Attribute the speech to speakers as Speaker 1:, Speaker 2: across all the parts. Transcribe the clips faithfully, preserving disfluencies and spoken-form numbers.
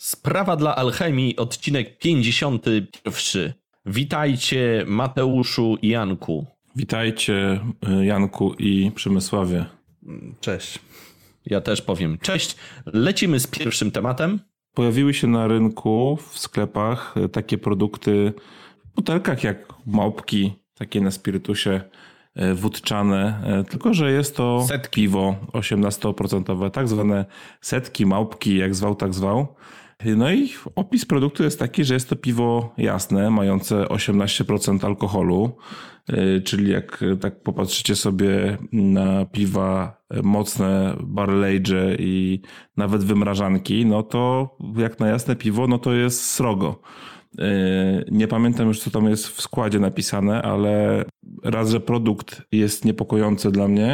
Speaker 1: Sprawa dla alchemii, odcinek pięćdziesiąty pierwszy. Witajcie Mateuszu i Janku.
Speaker 2: Witajcie Janku i Przemysławie.
Speaker 1: Cześć. Ja też powiem cześć. Lecimy z pierwszym tematem.
Speaker 2: Pojawiły się na rynku w sklepach takie produkty w butelkach jak małpki, takie na spirytusie wódczane, tylko że jest to setki. Piwo osiemnaście procent, tak zwane setki, małpki, jak zwał, tak zwał. No i opis produktu jest taki, że jest to piwo jasne, mające osiemnaście procent alkoholu, czyli jak tak popatrzycie sobie na piwa mocne, barrel age i nawet wymrażanki, no to jak na jasne piwo, no to jest srogo. Nie pamiętam już, co tam jest w składzie napisane, ale raz, że produkt jest niepokojący dla mnie,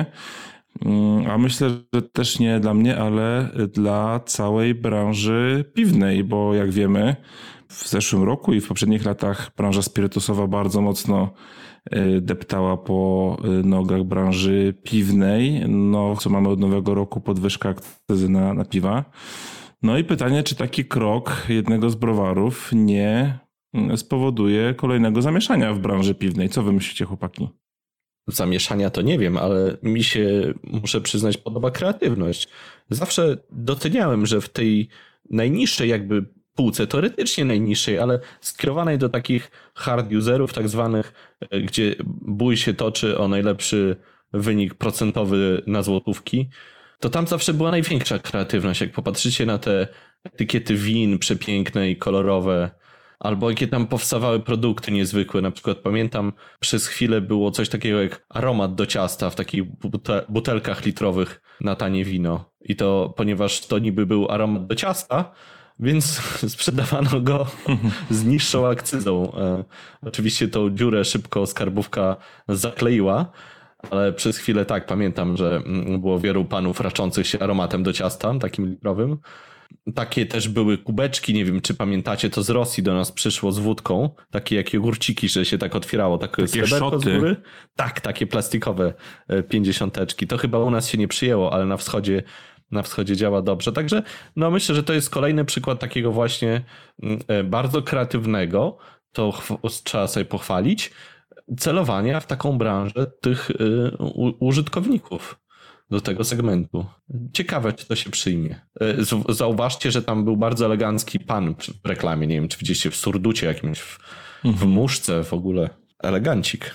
Speaker 2: a myślę, że też nie dla mnie, ale dla całej branży piwnej, bo jak wiemy, w zeszłym roku i w poprzednich latach branża spirytusowa bardzo mocno deptała po nogach branży piwnej. No, co mamy od nowego roku, podwyżka akcyzy na, na piwa. No i pytanie, czy taki krok jednego z browarów nie spowoduje kolejnego zamieszania w branży piwnej? Co wy myślicie, chłopaki?
Speaker 1: Zamieszania to nie wiem, ale mi się, muszę przyznać, podoba kreatywność. Zawsze doceniałem, że w tej najniższej jakby półce, teoretycznie najniższej, ale skierowanej do takich hard userów tak zwanych, gdzie bój się toczy o najlepszy wynik procentowy na złotówki, to tam zawsze była największa kreatywność. Jak popatrzycie na te etykiety win przepiękne i kolorowe, albo jakie tam powstawały produkty niezwykłe. Na przykład pamiętam, przez chwilę było coś takiego jak aromat do ciasta w takich butelkach litrowych na tanie wino. I to, ponieważ to niby był aromat do ciasta, więc sprzedawano go z niższą akcyzą. E, oczywiście tą dziurę szybko skarbówka zakleiła, ale przez chwilę tak, pamiętam, że było wielu panów raczących się aromatem do ciasta, takim litrowym. Takie też były kubeczki, nie wiem czy pamiętacie, to z Rosji do nas przyszło z wódką, takie jak jogurciki, że się tak otwierało, takie sreberko z góry. Tak, takie plastikowe pięćdziesiąteczki. To chyba u nas się nie przyjęło, ale na wschodzie, na wschodzie działa dobrze. Także no myślę, że to jest kolejny przykład takiego właśnie bardzo kreatywnego, to trzeba sobie pochwalić, celowania w taką branżę tych użytkowników do tego segmentu. Ciekawe, czy to się przyjmie. Zauważcie, że tam był bardzo elegancki pan w reklamie. Nie wiem, czy widzieliście w surducie jakimś, w, w muszce w ogóle. Elegancik.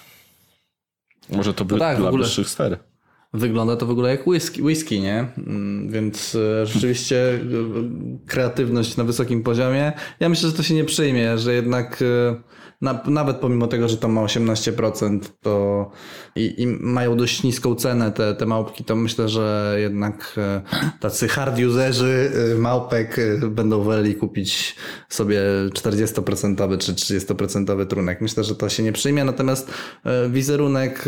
Speaker 1: Może to by no tak, dla wyższych sfer.
Speaker 3: Wygląda to w ogóle jak whisky, whisky, nie? Więc rzeczywiście kreatywność na wysokim poziomie. Ja myślę, że to się nie przyjmie, że jednak na, nawet pomimo tego, że to ma osiemnaście procent to i, i mają dość niską cenę te, te małpki, to myślę, że jednak tacy hard userzy małpek będą woleli kupić sobie czterdzieści procent czy trzydzieści procent trunek. Myślę, że to się nie przyjmie, natomiast wizerunek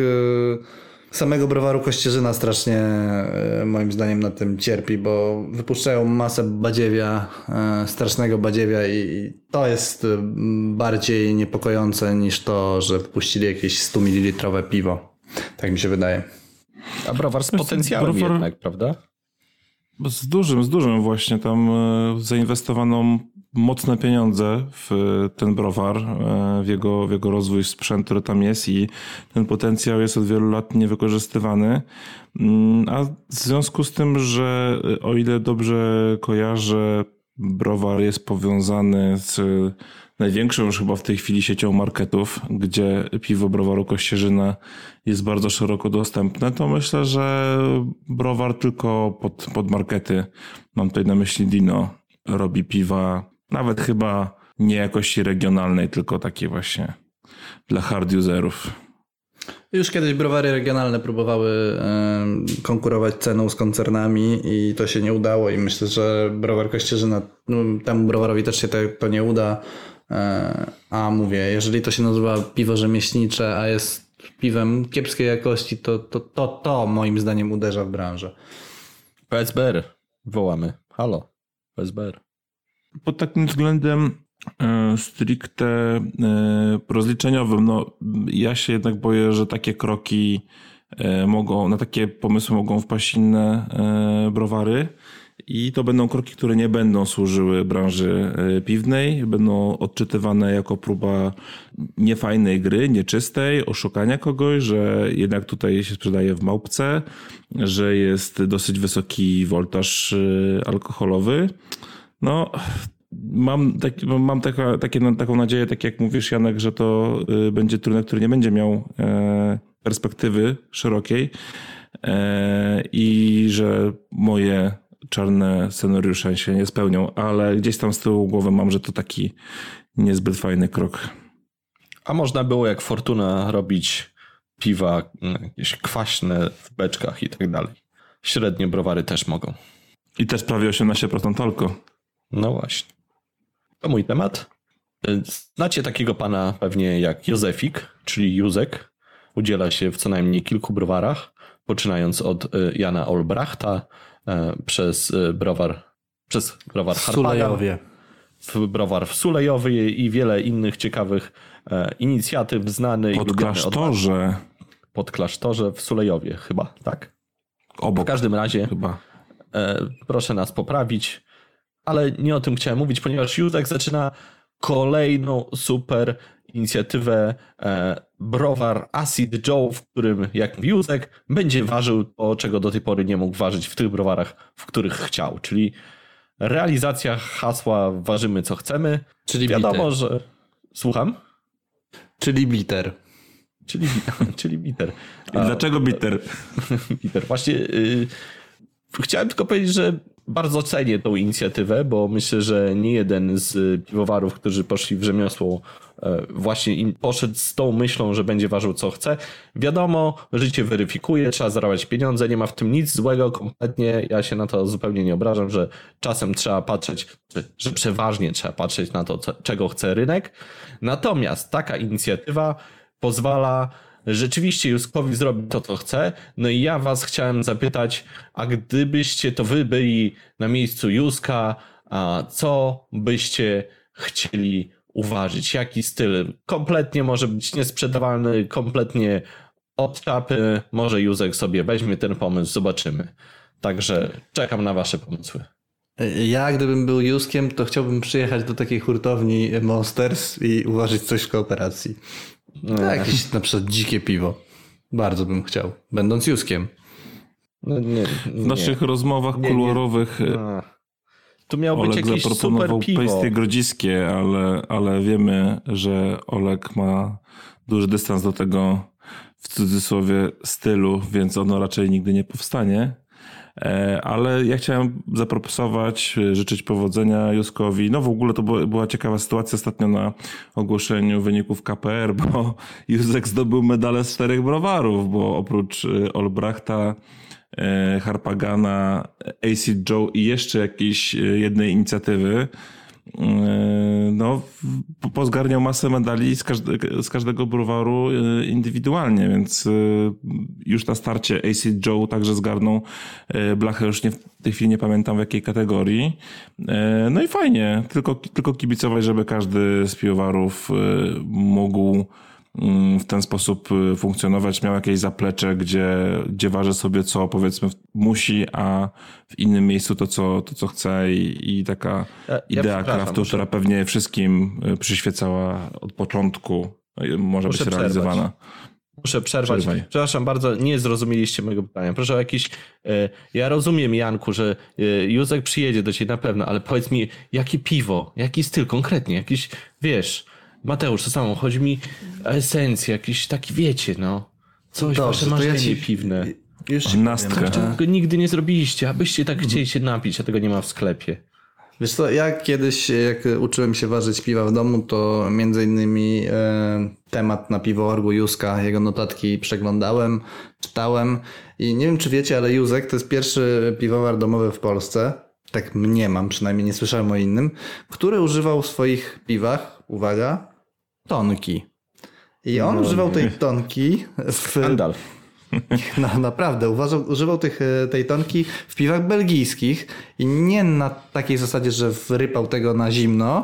Speaker 3: samego browaru Kościerzyna strasznie moim zdaniem na tym cierpi, bo wypuszczają masę badziewia, strasznego badziewia i to jest bardziej niepokojące niż to, że wypuścili jakieś sto mililitrowe piwo. Tak mi się wydaje.
Speaker 1: A browar z potencjałem browar jednak, prawda?
Speaker 2: Z dużym, z dużym właśnie. Tam zainwestowano mocne pieniądze w ten browar, w jego, w jego rozwój, sprzęt, który tam jest i ten potencjał jest od wielu lat niewykorzystywany. A w związku z tym, że o ile dobrze kojarzę, browar jest powiązany z największą już chyba w tej chwili siecią marketów, gdzie piwo browaru Kościerzyna jest bardzo szeroko dostępne, to myślę, że browar tylko pod, pod markety, mam tutaj na myśli Dino, robi piwa nawet chyba nie jakości regionalnej, tylko takie właśnie dla hard userów.
Speaker 3: Już kiedyś browary regionalne próbowały konkurować ceną z koncernami i to się nie udało i myślę, że browar Kościerzyna, no, temu browarowi też się to, to nie uda. A mówię, jeżeli to się nazywa piwo rzemieślnicze, a jest piwem kiepskiej jakości, to to, to, to moim zdaniem uderza w branżę.
Speaker 1: P S B R wołamy. Halo, P S B R.
Speaker 2: Pod takim względem stricte rozliczeniowym, no ja się jednak boję, że takie kroki mogą, na takie pomysły mogą wpaść inne browary I to będą kroki, które nie będą służyły branży piwnej, będą odczytywane jako próba niefajnej gry, nieczystej, oszukania kogoś, że jednak tutaj się sprzedaje w małpce, że jest dosyć wysoki woltaż alkoholowy. No, mam, tak, mam taka, takie, taką nadzieję, tak jak mówisz, Janek, że to będzie trunek, który nie będzie miał perspektywy szerokiej i że moje czarne scenariusze się nie spełnią, ale gdzieś tam z tyłu głowy mam, że to taki niezbyt fajny krok.
Speaker 1: A można było jak Fortuna robić piwa jakieś kwaśne w beczkach i tak dalej. Średnie browary też mogą.
Speaker 2: I też prawie osiemnaście procent alko.
Speaker 1: No właśnie. To mój temat. Znacie takiego pana pewnie jak Józefik, czyli Józek. Udziela się w co najmniej kilku browarach, poczynając od Jana Olbrachta, przez browar, przez browar Harpagan, w browar w Sulejowie i wiele innych ciekawych inicjatyw znanych.
Speaker 2: Pod klasztorze.
Speaker 1: Pod klasztorze w Sulejowie chyba, tak?
Speaker 2: Obok.
Speaker 1: W każdym razie
Speaker 2: chyba.
Speaker 1: Proszę nas poprawić, ale nie o tym chciałem mówić, ponieważ Józek zaczyna kolejną super inicjatywę e, browar Acid Joe, w którym, jak mówi Józek, będzie ważył to, czego do tej pory nie mógł ważyć w tych browarach, w których chciał. Czyli realizacja hasła ważymy co chcemy.
Speaker 3: Czyli
Speaker 1: wiadomo,
Speaker 3: bitter.
Speaker 1: że... Słucham?
Speaker 3: Czyli bitter.
Speaker 1: Czyli, czyli bitter.
Speaker 2: I A, dlaczego bitter?
Speaker 1: Bitter. Właśnie yy, chciałem tylko powiedzieć, że bardzo cenię tą inicjatywę, bo myślę, że nie jeden z piwowarów, którzy poszli w rzemiosło, właśnie poszedł z tą myślą, że będzie ważył co chce. Wiadomo, życie weryfikuje, trzeba zarabiać pieniądze, nie ma w tym nic złego kompletnie. Ja się na to zupełnie nie obrażam, że czasem trzeba patrzeć, że przeważnie trzeba patrzeć na to, czego chce rynek. Natomiast taka inicjatywa pozwala rzeczywiście Józkowi zrobić to, co chce. No i ja was chciałem zapytać, a gdybyście to wy byli na miejscu Józka, a co byście chcieli uważać? Jaki styl? Kompletnie może być niesprzedawalny, kompletnie od czapy. Może Józek sobie weźmie ten pomysł, zobaczymy. Także czekam na wasze pomysły.
Speaker 3: Ja, gdybym był Józkiem, to chciałbym przyjechać do takiej hurtowni Monsters i uważać coś w kooperacji. No, jakieś na przykład dzikie piwo. Bardzo bym chciał, będąc Józkiem.
Speaker 1: No, nie, nie.
Speaker 2: W naszych rozmowach
Speaker 1: nie,
Speaker 2: kuluarowych
Speaker 1: nie. Tu miał
Speaker 2: Oleg
Speaker 1: być jakieś
Speaker 2: zaproponował
Speaker 1: super piwo.
Speaker 2: Pejsty grodziskie, ale, ale wiemy, że Oleg ma duży dystans do tego, w cudzysłowie, stylu, więc ono raczej nigdy nie powstanie. Ale ja chciałem zaproponować, życzyć powodzenia Józkowi. No w ogóle to była ciekawa sytuacja ostatnio na ogłoszeniu wyników K P R, bo Józek zdobył medale z czterech browarów, bo oprócz Olbrachta, Harpagana, Acid Joe i jeszcze jakiejś jednej inicjatywy, no pozgarniał masę medali z, każde, z każdego browaru indywidualnie, więc już na starcie Acid Joe także zgarnął blachę, już nie, w tej chwili nie pamiętam w jakiej kategorii. No i fajnie, tylko, tylko kibicować, żeby każdy z piwowarów mógł w ten sposób funkcjonować, miał jakieś zaplecze, gdzie, gdzie waży sobie co powiedzmy musi, a w innym miejscu to co, to, co chce i, i taka ja, idea ja craftu, muszę... która pewnie wszystkim przyświecała od początku, może muszę być przerwać. realizowana.
Speaker 1: Muszę przerwać. Przerwaj. Przepraszam bardzo, nie zrozumieliście mojego pytania. Proszę o jakiś... Ja rozumiem, Janku, że Józek przyjedzie do ciebie na pewno, ale powiedz mi, jakie piwo, jaki styl konkretnie, jakiś, wiesz... Mateusz, to samo, chodzi mi o esencję, jakiś taki, wiecie, no, coś, Dobrze, wasze marzenie ja ci,
Speaker 2: piwne. Już ci Nastkę.
Speaker 1: Czego nigdy nie zrobiliście, abyście tak chcieli się napić, a tego nie ma w sklepie.
Speaker 3: Wiesz co, ja kiedyś, jak uczyłem się ważyć piwa w domu, to między innymi e, temat na piwowargu Józka, jego notatki przeglądałem, czytałem i nie wiem, czy wiecie, ale Józek to jest pierwszy piwowar domowy w Polsce, tak mniemam, przynajmniej nie słyszałem o innym, który używał w swoich piwach, uwaga, tonki. I on no, używał nie. tej tonki w...
Speaker 1: Skandal.
Speaker 3: No naprawdę, uważał, używał tych, tej tonki w piwach belgijskich i nie na takiej zasadzie, że wrypał tego na zimno,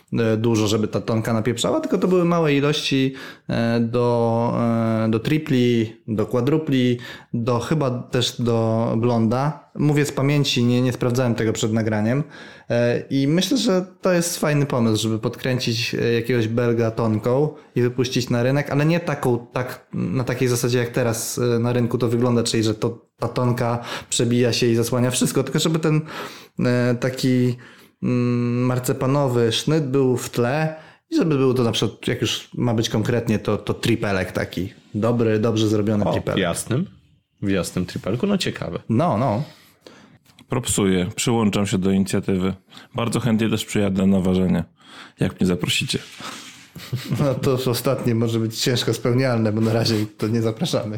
Speaker 3: dużo, żeby ta tonka napieprzała, tylko to były małe ilości do, do tripli, do quadrupli, do chyba też do blonda. Mówię z pamięci, nie, nie sprawdzałem tego przed nagraniem i myślę, że to jest fajny pomysł, żeby podkręcić jakiegoś belga tonką i wypuścić na rynek, ale nie taką, tak, na takiej zasadzie jak teraz na rynku to wygląda, czyli że to, ta tonka przebija się i zasłania wszystko, tylko żeby ten taki marcepanowy sznyt był w tle i żeby był to na przykład, jak już ma być konkretnie, to, to tripelek taki. Dobry, dobrze zrobiony
Speaker 1: o,
Speaker 3: tripelek.
Speaker 1: W jasnym, w jasnym tripelku, no ciekawe.
Speaker 3: No, no.
Speaker 2: Propsuję, przyłączam się do inicjatywy. Bardzo chętnie też przyjadę na ważenie, jak mnie zaprosicie.
Speaker 3: No to już ostatnie może być ciężko spełnialne, bo na razie to nie zapraszamy.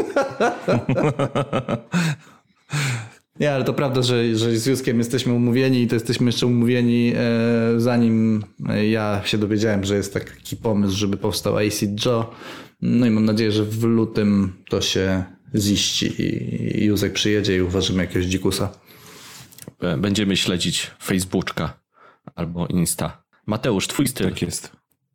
Speaker 3: Nie, ale to prawda, że, że z Józkiem jesteśmy umówieni i to jesteśmy jeszcze umówieni e, zanim ja się dowiedziałem, że jest taki pomysł, żeby powstał Acid Joe. No i mam nadzieję, że w lutym to się ziści i Józek przyjedzie i uważymy jakiegoś dzikusa.
Speaker 1: Będziemy śledzić Facebooka albo Insta. Mateusz, twój styl.
Speaker 2: Tak jest.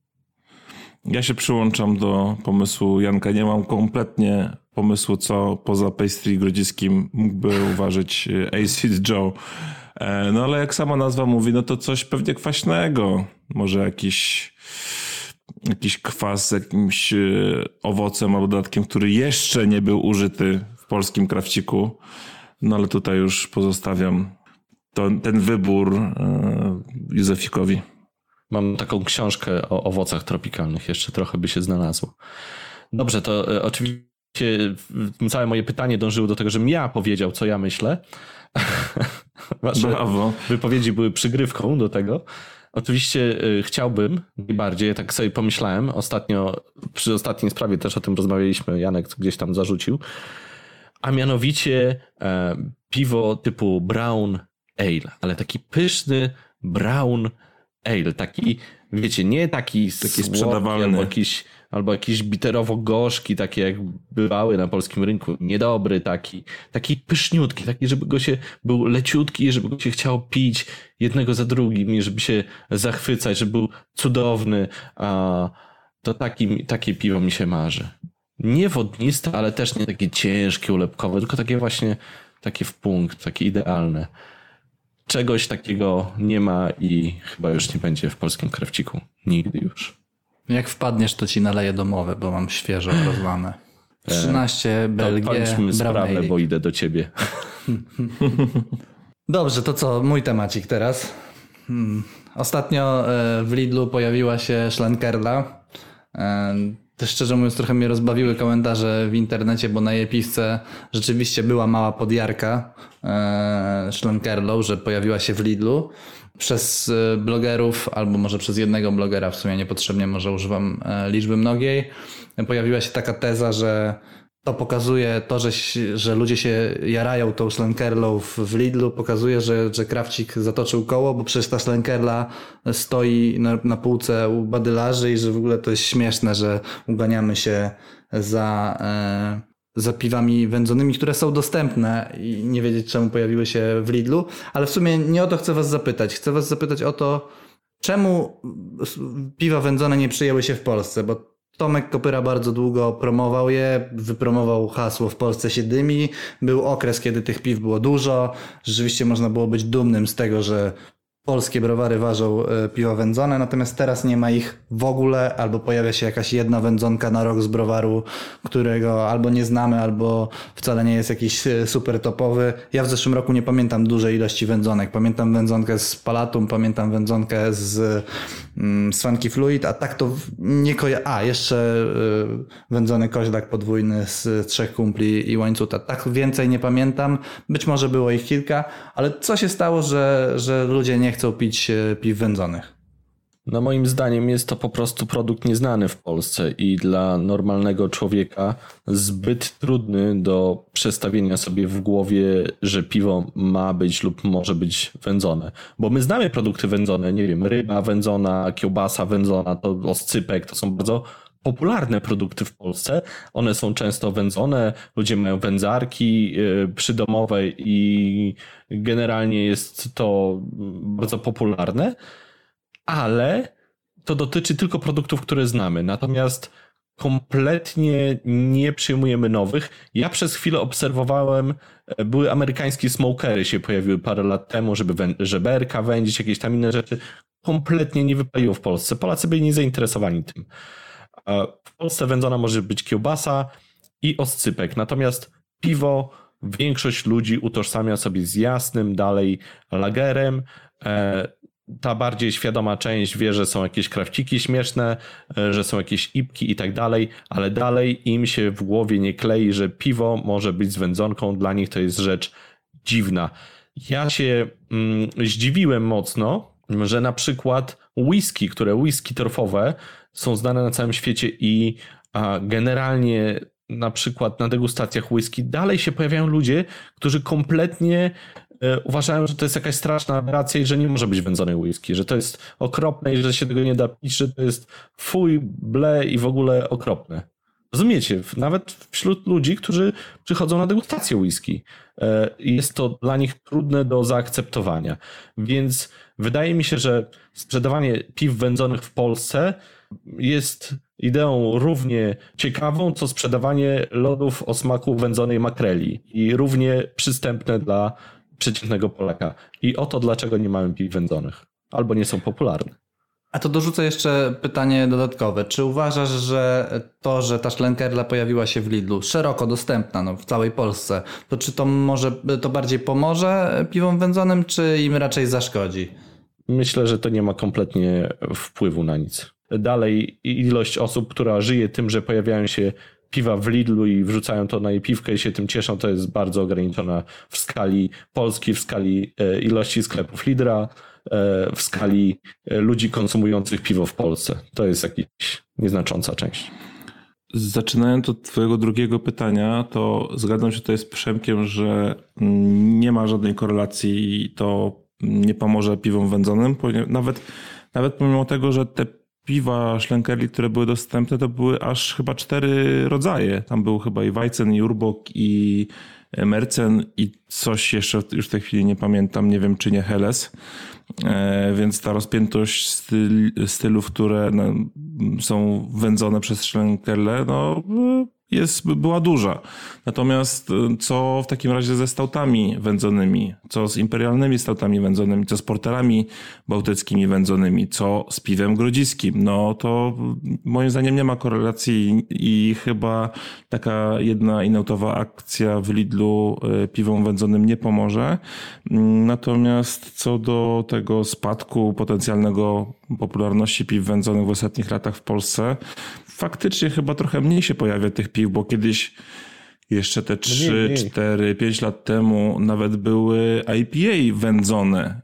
Speaker 2: Ja się przyłączam do pomysłu Janka. Nie mam kompletnie pomysłu, co poza pastry grodziskim mógłby uważać Acid Joe. No ale jak sama nazwa mówi, no to coś pewnie kwaśnego. Może jakiś, jakiś kwas z jakimś owocem albo dodatkiem, który jeszcze nie był użyty w polskim krawciku. No ale tutaj już pozostawiam to, ten wybór Józefikowi.
Speaker 1: Mam taką książkę o owocach tropikalnych, jeszcze trochę by się znalazło. Dobrze, to e, oczywiście całe moje pytanie dążyło do tego, żebym ja powiedział, co ja myślę. Wasze
Speaker 2: Brawo.
Speaker 1: wypowiedzi były przygrywką do tego. Oczywiście e, chciałbym najbardziej, tak sobie pomyślałem, ostatnio, przy ostatniej sprawie też o tym rozmawialiśmy, Janek gdzieś tam zarzucił, a mianowicie e, piwo typu brown ale, ale taki pyszny brown ale, taki, wiecie, nie taki, taki
Speaker 2: sprzedawalny,
Speaker 1: albo jakiś, albo jakiś biterowo-gorzki, takie jak bywały na polskim rynku, niedobry taki, taki pyszniutki, taki, żeby go się, był leciutki, żeby go się chciało pić jednego za drugim i żeby się zachwycać, żeby był cudowny, a to taki, takie piwo mi się marzy. Nie wodniste, ale też nie takie ciężkie, ulepkowe, tylko takie właśnie, takie w punkt, takie idealne. Czegoś takiego nie ma i chyba już nie będzie w polskim krawciku. Nigdy już.
Speaker 3: Jak wpadniesz, to ci naleję domowe, bo mam świeżo rozlane. trzynaście Belgię.
Speaker 1: Kończmy sprawę, bo idę do ciebie.
Speaker 3: Dobrze, to co? Mój temacik teraz. Hmm. Ostatnio w Lidlu pojawiła się Schlenkerla. Też szczerze mówiąc trochę mnie rozbawiły komentarze w internecie, bo na jej pisce rzeczywiście była mała podjarka e, Schlenkerlą, że pojawiła się w Lidlu. Przez blogerów, albo może przez jednego blogera, w sumie niepotrzebnie może używam e, liczby mnogiej, pojawiła się taka teza, że to pokazuje to, że, że ludzie się jarają tą Schlenkerlą w, w Lidlu, pokazuje, że, że krawcik zatoczył koło, bo przecież ta Schlenkerla stoi na, na półce u badylarzy i że w ogóle to jest śmieszne, że uganiamy się za, e, za piwami wędzonymi, które są dostępne i nie wiedzieć, czemu pojawiły się w Lidlu. Ale w sumie nie o to chcę was zapytać. Chcę was zapytać o to, czemu piwa wędzone nie przyjęły się w Polsce, bo Tomek Kopyra bardzo długo promował je, wypromował hasło "W Polsce się dymi". Był okres, kiedy tych piw było dużo. Rzeczywiście można było być dumnym z tego, że polskie browary ważą piwa wędzone, natomiast teraz nie ma ich w ogóle, albo pojawia się jakaś jedna wędzonka na rok z browaru, którego albo nie znamy, albo wcale nie jest jakiś super topowy. Ja w zeszłym roku nie pamiętam dużej ilości wędzonek. Pamiętam wędzonkę z Palatum, pamiętam wędzonkę z, z Funky Fluid, a tak to nie koja... A, jeszcze wędzony koźlak podwójny z Trzech Kumpli i Łańcuta. Tak więcej nie pamiętam. Być może było ich kilka, ale co się stało, że, że ludzie nie chcą pić piw wędzonych?
Speaker 1: No moim zdaniem jest to po prostu produkt nieznany w Polsce i dla normalnego człowieka zbyt trudny do przestawienia sobie w głowie, że piwo ma być lub może być wędzone. Bo my znamy produkty wędzone, nie wiem, ryba wędzona, kiełbasa wędzona, to oscypek, to są bardzo popularne produkty w Polsce. One są często wędzone, ludzie mają wędzarki przydomowe i generalnie jest to bardzo popularne. ale to dotyczy tylko produktów, które znamy. Natomiast kompletnie nie przyjmujemy nowych. Ja przez chwilę obserwowałem, były amerykańskie smokery się pojawiły parę lat temu, żeby wę- żeberka wędzić, jakieś tam inne rzeczy. Kompletnie nie wypaliło w Polsce. Polacy byli niezainteresowani tym. W Polsce wędzona może być kiełbasa i oscypek. Natomiast piwo większość ludzi utożsamia sobie z jasnym dalej lagerem. Ta bardziej świadoma część wie, że są jakieś krawciki śmieszne, że są jakieś ipki i tak dalej, ale dalej im się w głowie nie klei, że piwo może być z wędzonką. Dla nich to jest rzecz dziwna. Ja się mm, zdziwiłem mocno, że na przykład whisky, które whisky torfowe są znane na całym świecie i a, generalnie na przykład na degustacjach whisky dalej się pojawiają ludzie, którzy kompletnie e, uważają, że to jest jakaś straszna aberracja i że nie może być wędzonej whisky, że to jest okropne i że się tego nie da pić, że to jest fuj, ble i w ogóle okropne. Rozumiecie? Nawet wśród ludzi, którzy przychodzą na degustację whisky, e, jest to dla nich trudne do zaakceptowania. Więc wydaje mi się, że sprzedawanie piw wędzonych w Polsce jest ideą równie ciekawą, co sprzedawanie lodów o smaku wędzonej makreli i równie przystępne dla przeciętnego Polaka. I oto dlaczego nie mamy piw wędzonych. Albo nie są popularne.
Speaker 3: A to dorzucę jeszcze pytanie dodatkowe. Czy uważasz, że to, że ta szlenkerla pojawiła się w Lidlu, szeroko dostępna no, w całej Polsce, to czy to może to bardziej pomoże piwom wędzonym, czy im raczej zaszkodzi?
Speaker 1: Myślę, że to nie ma kompletnie wpływu na nic. Dalej ilość osób, która żyje tym, że pojawiają się piwa w Lidlu i wrzucają to na jej piwkę i się tym cieszą, to jest bardzo ograniczona w skali Polski, w skali ilości sklepów Lidla, w skali ludzi konsumujących piwo w Polsce. To jest jakaś nieznacząca część.
Speaker 2: Zaczynając od twojego drugiego pytania, to zgadzam się tutaj z Przemkiem, że nie ma żadnej korelacji i to nie pomoże piwom wędzonym. Nawet, nawet pomimo tego, że te piwa szlenkerli, które były dostępne, to były aż chyba cztery rodzaje. Tam był chyba i Weizen, i Urbok, i Mercen i coś jeszcze już w tej chwili nie pamiętam, nie wiem czy nie Helles. E, więc ta rozpiętość styl, stylów, które no, są wędzone przez szlenkerle, no jest, była duża. Natomiast co w takim razie ze stałtami wędzonymi, co z imperialnymi stałtami wędzonymi, co z porterami bałtyckimi wędzonymi, co z piwem grodziskim, no to moim zdaniem nie ma korelacji i chyba taka jedna inautowa akcja w Lidlu piwom wędzonym nie pomoże. Natomiast co do tego spadku potencjalnego popularności piw wędzonych w ostatnich latach w Polsce, faktycznie chyba trochę mniej się pojawia tych piw, bo kiedyś jeszcze te trzy, cztery, pięć lat temu nawet były I P A wędzone.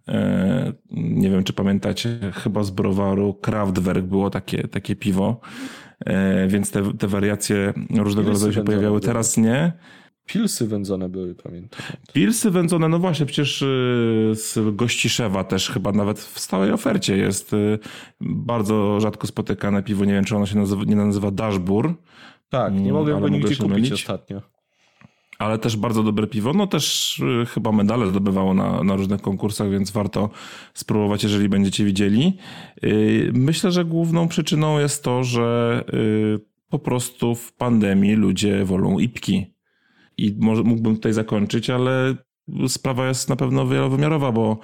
Speaker 2: Nie wiem, czy pamiętacie, chyba z browaru Kraftwerk było takie, takie piwo, więc te, te wariacje różnego rodzaju się pojawiały. Teraz nie.
Speaker 1: Pilsy wędzone były, pamiętam.
Speaker 2: Pilsy wędzone, no właśnie, przecież z Gościszewa też chyba nawet w stałej ofercie jest bardzo rzadko spotykane piwo. Nie wiem, czy ono się nazywa, nie nazywa Dashbur.
Speaker 1: Tak, nie mogłem go nigdzie kupić mylić. Ostatnio.
Speaker 2: Ale też bardzo dobre piwo. No też chyba medale zdobywało na, na różnych konkursach, więc warto spróbować, jeżeli będziecie widzieli. Myślę, że główną przyczyną jest to, że po prostu w pandemii ludzie wolą ipki. I może mógłbym tutaj zakończyć, ale sprawa jest na pewno wielowymiarowa, bo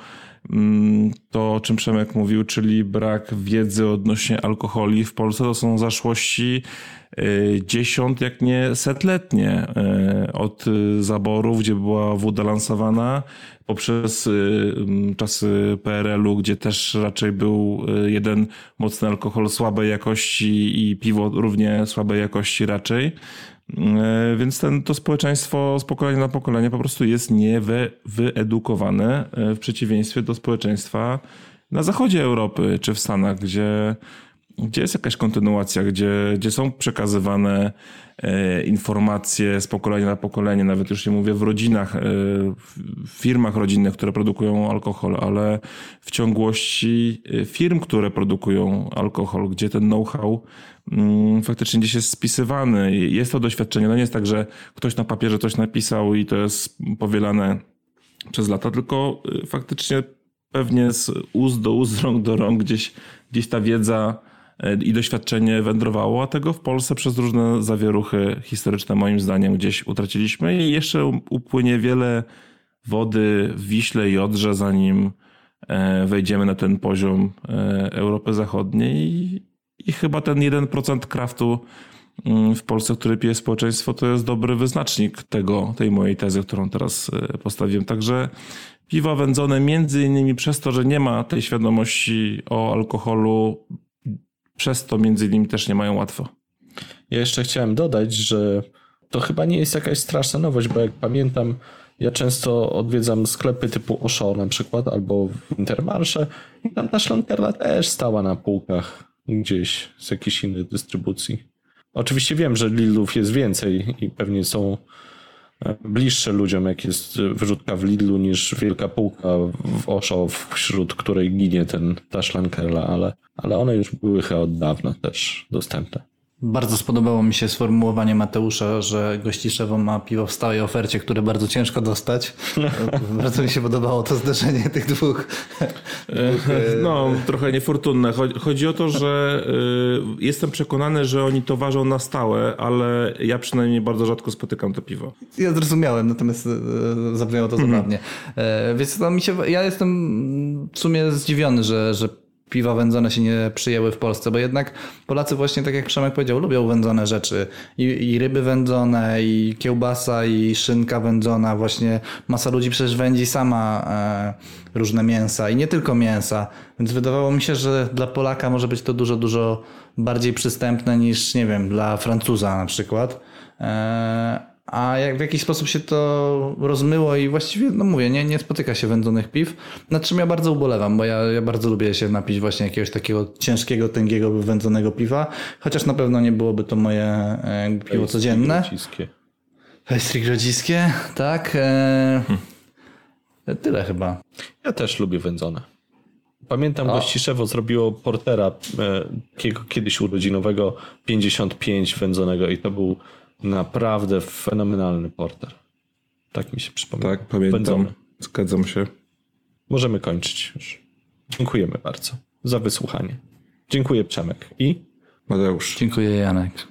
Speaker 2: to, o czym Przemek mówił, czyli brak wiedzy odnośnie alkoholi w Polsce, to są zaszłości dziesiąt, jak nie setletnie. Od zaborów, gdzie była wóda lansowana, poprzez czasy P R L u, gdzie też raczej był jeden mocny alkohol słabej jakości i piwo równie słabej jakości raczej. Więc ten, to społeczeństwo z pokolenia na pokolenie po prostu jest niewyedukowane w przeciwieństwie do społeczeństwa na zachodzie Europy czy w Stanach, gdzie, gdzie jest jakaś kontynuacja, gdzie, gdzie są przekazywane informacje z pokolenia na pokolenie, nawet już nie mówię w rodzinach, w firmach rodzinnych, które produkują alkohol, ale w ciągłości firm, które produkują alkohol, gdzie ten know-how faktycznie gdzieś jest spisywany. Jest to doświadczenie. No nie jest tak, że ktoś na papierze coś napisał i to jest powielane przez lata, tylko faktycznie pewnie z ust do ust, z rąk do rąk gdzieś, gdzieś ta wiedza i doświadczenie wędrowało, a tego w Polsce przez różne zawieruchy historyczne moim zdaniem gdzieś utraciliśmy i jeszcze upłynie wiele wody w Wiśle i Odrze, zanim wejdziemy na ten poziom Europy Zachodniej i, i chyba ten jeden procent kraftu w Polsce, który pije społeczeństwo, to jest dobry wyznacznik tego, tej mojej tezy, którą teraz postawiłem. Także piwa wędzone między innymi przez to, że nie ma tej świadomości o alkoholu, przez to między innymi też nie mają łatwo.
Speaker 1: Ja jeszcze chciałem dodać, że to chyba nie jest jakaś straszna nowość, bo jak pamiętam, ja często odwiedzam sklepy typu Auchan na przykład, albo w Intermarché i tam ta szklankerla też stała na półkach gdzieś z jakiejś innej dystrybucji. Oczywiście wiem, że Lidlów jest więcej i pewnie są bliższe ludziom, jak jest wyrzutka w Lidlu, niż wielka półka w Auchan, wśród której ginie ten, ta szklankerla, ale, ale one już były chyba od dawna też dostępne.
Speaker 3: Bardzo spodobało mi się sformułowanie Mateusza, że Gościszewo ma piwo w stałej ofercie, które bardzo ciężko dostać. Bardzo mi się podobało to zderzenie tych dwóch.
Speaker 2: No, trochę niefortunne. Chodzi o to, że jestem przekonany, że oni to ważą na stałe, ale ja przynajmniej bardzo rzadko spotykam to piwo.
Speaker 3: Ja zrozumiałem, natomiast zabrzmiało to zabawnie. Więc to mi się, ja jestem w sumie zdziwiony, że, że piwa wędzone się nie przyjęły w Polsce, bo jednak Polacy właśnie, tak jak Przemek powiedział, lubią wędzone rzeczy. I, i ryby wędzone, i kiełbasa, i szynka wędzona. Właśnie masa ludzi przecież wędzi sama e, różne mięsa i nie tylko mięsa. Więc wydawało mi się, że dla Polaka może być to dużo, dużo bardziej przystępne niż, nie wiem, dla Francuza na przykład. E, A jak w jakiś sposób się to rozmyło i właściwie, no mówię, nie, nie spotyka się wędzonych piw, nad czym ja bardzo ubolewam, bo ja, ja bardzo lubię się napić właśnie jakiegoś takiego ciężkiego, tęgiego, wędzonego piwa, chociaż na pewno nie byłoby to moje e, piwo codzienne. Pejstrik grodziskie, tak. E, hmm. Tyle chyba.
Speaker 1: Ja też lubię wędzone. Pamiętam, Gościszewo zrobiło portera takiego kiedyś urodzinowego pięćdziesiąt pięć wędzonego i to był naprawdę fenomenalny porter. Tak mi się przypomina.
Speaker 2: Tak, pamiętam. Wędzony. Zgadzam się.
Speaker 1: Możemy kończyć już. Dziękujemy bardzo za wysłuchanie. Dziękuję, Przemek. I
Speaker 2: Mateusz.
Speaker 3: Dziękuję, Janek.